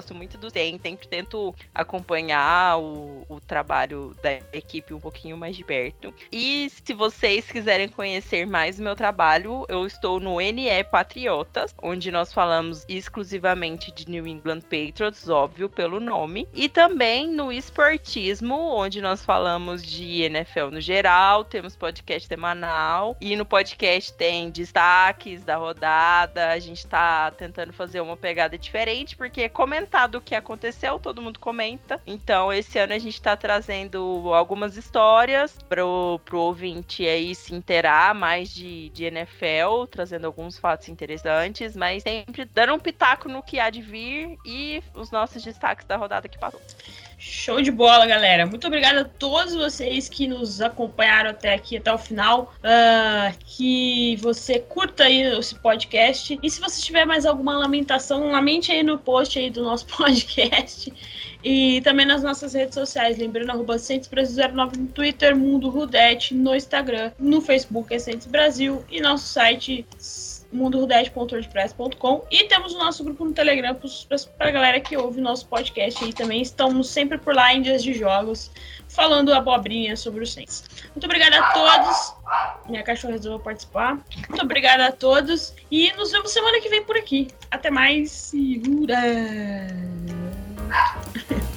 gosto muito do Saints, sempre tento acompanhar o, o trabalho da equipe um pouquinho mais de perto. E se vocês quiserem conhecer mais o meu trabalho, eu estou no N E Patriotas, onde nós falamos exclusivamente de New England Patriots, óbvio, pelo nome. E também no Esportismo, onde nós falamos de N F L no geral, temos podcast semanal. E no podcast tem destaques da rodada, a gente tá tentando fazer uma pegada diferente, porque comentar do que aconteceu, todo mundo comenta. Então, esse ano a gente tá trazendo algumas histórias pro, pro ouvinte aí se inteirar mais de, de N F L, trazendo alguns fatos interessantes, mas sempre dando um pitaco no que há de vir e os nossos destaques da rodada que passou. Show de bola, galera. Muito obrigada a todos vocês que nos acompanharam até aqui, até o final. Uh, que você curta aí esse podcast. E se você tiver mais alguma lamentação, lamente aí no post aí do nosso podcast. E também nas nossas redes sociais. Lembrando, arroba Saints Brasil zero nove no Twitter, Mundo Rudete no Instagram, no Facebook é Saints Brasil e nosso site mundo rudete ponto wordpress ponto com, e temos o nosso grupo no Telegram para a galera que ouve o nosso podcast aí também. Estamos sempre por lá em dias de jogos, falando abobrinha sobre o Saints. Muito obrigada a todos. Minha cachorra resolveu participar. Muito obrigada a todos e nos vemos semana que vem por aqui. Até mais. Segura!